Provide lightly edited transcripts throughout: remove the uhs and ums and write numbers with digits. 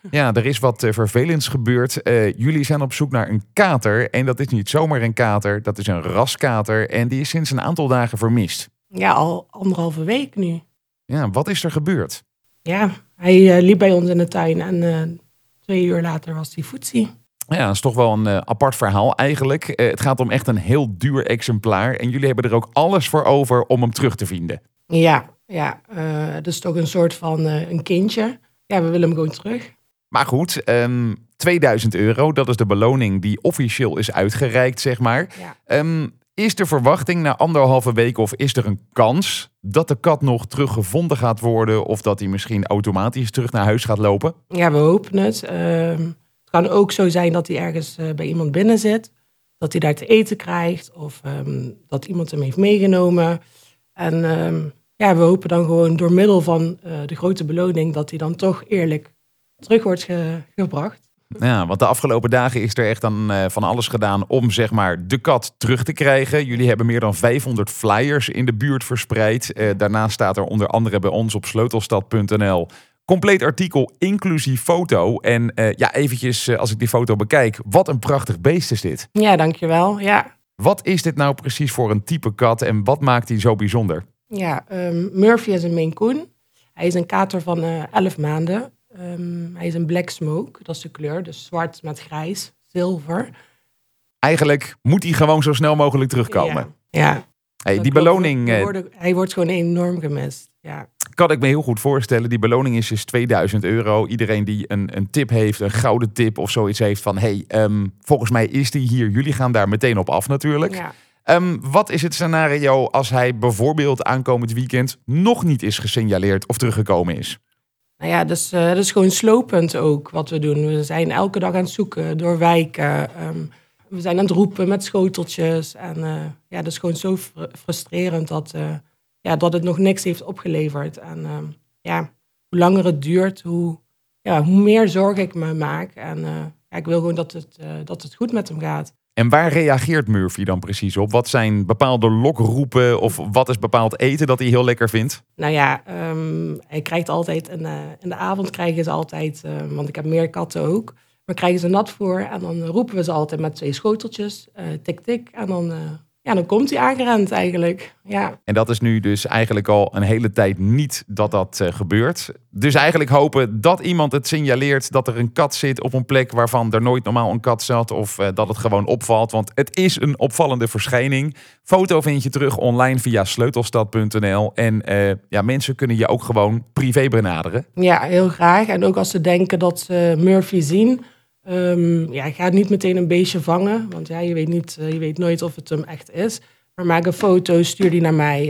Ja, er is wat vervelends gebeurd. Jullie zijn op zoek naar een kater. En dat is niet zomaar een kater, dat is een raskater. En die is sinds een aantal dagen vermist. Ja, al 1,5 week nu. Ja, wat is er gebeurd? Ja, hij liep bij ons in de tuin en 2 uur later was hij voetzie. Ja, dat is toch wel een apart verhaal eigenlijk. Het gaat om echt een heel duur exemplaar. En jullie hebben er ook alles voor over om hem terug te vinden. Ja, het is toch een soort van een kindje. Ja, we willen hem gewoon terug. Maar goed, €2000, dat is de beloning die officieel is uitgereikt, zeg maar. Ja. Is de verwachting na 1,5 week of is er een kans dat de kat nog teruggevonden gaat worden of dat hij misschien automatisch terug naar huis gaat lopen? Ja, we hopen het. Het kan ook zo zijn dat hij ergens bij iemand binnen zit. Dat hij daar te eten krijgt of dat iemand hem heeft meegenomen. En we hopen dan gewoon door middel van de grote beloning dat hij dan toch eerlijk terug wordt gebracht. Ja, want de afgelopen dagen is er echt van alles gedaan om zeg maar de kat terug te krijgen. Jullie hebben meer dan 500 flyers in de buurt verspreid. Daarnaast staat er onder andere bij ons op sleutelstad.nl compleet artikel, inclusief foto. En eventjes als ik die foto bekijk, wat een prachtig beest is dit. Ja, dankjewel. Ja. Wat is dit nou precies voor een type kat en wat maakt die zo bijzonder? Ja, Murphy is een Maine Coon. Hij is een kater van 11 maanden. Hij is een black smoke, dat is de kleur. Dus zwart met grijs, zilver. Eigenlijk moet hij gewoon zo snel mogelijk terugkomen. Ja. Hey, die beloning... Hij wordt gewoon enorm gemist. Ja. Kan ik me heel goed voorstellen. Die beloning is dus €2000. Iedereen die een tip heeft, een gouden tip of zoiets heeft van... volgens mij is die hier. Jullie gaan daar meteen op af natuurlijk. Ja. Wat is het scenario als hij bijvoorbeeld aankomend weekend nog niet is gesignaleerd of teruggekomen is? Nou ja, dus, dat is gewoon slopend ook wat we doen. We zijn elke dag aan het zoeken door wijken. We zijn aan het roepen met schoteltjes. En dat is gewoon zo frustrerend dat het nog niks heeft opgeleverd. En hoe langer het duurt, hoe meer zorg ik me maak. En ik wil gewoon dat het goed met hem gaat. En waar reageert Murphy dan precies op? Wat zijn bepaalde lokroepen of wat is bepaald eten dat hij heel lekker vindt? Nou ja, hij krijgt altijd, in de avond krijgen ze altijd, want ik heb meer katten ook, maar krijgen ze nat voor en dan roepen we ze altijd met 2 schoteltjes, tik tik, en dan komt hij aangerend eigenlijk. Ja. En dat is nu dus eigenlijk al een hele tijd niet dat gebeurt. Dus eigenlijk hopen dat iemand het signaleert dat er een kat zit op een plek waarvan er nooit normaal een kat zat. Of dat het gewoon opvalt, want het is een opvallende verschijning. Foto vind je terug online via sleutelstad.nl. En mensen kunnen je ook gewoon privé benaderen. Ja, heel graag. En ook als ze denken dat ze Murphy zien... ga niet meteen een beestje vangen, want je weet nooit of het hem echt is. Maar maak een foto, stuur die naar mij.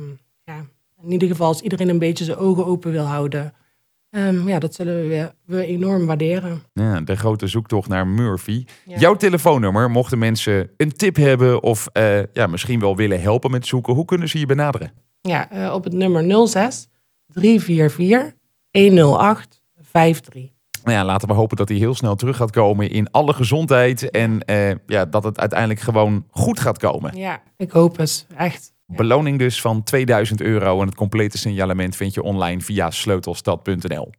In ieder geval, als iedereen een beetje zijn ogen open wil houden, dat zullen we enorm waarderen. Ja, de grote zoektocht naar Murphy. Ja. Jouw telefoonnummer, mochten mensen een tip hebben of misschien wel willen helpen met zoeken, hoe kunnen ze je benaderen? Ja, op het nummer 06 344 108 53. Nou ja, laten we hopen dat hij heel snel terug gaat komen in alle gezondheid. En dat het uiteindelijk gewoon goed gaat komen. Ja, ik hoop het. Echt. Ja. Beloning dus van €2000 en het complete signalement vind je online via sleutelstad.nl.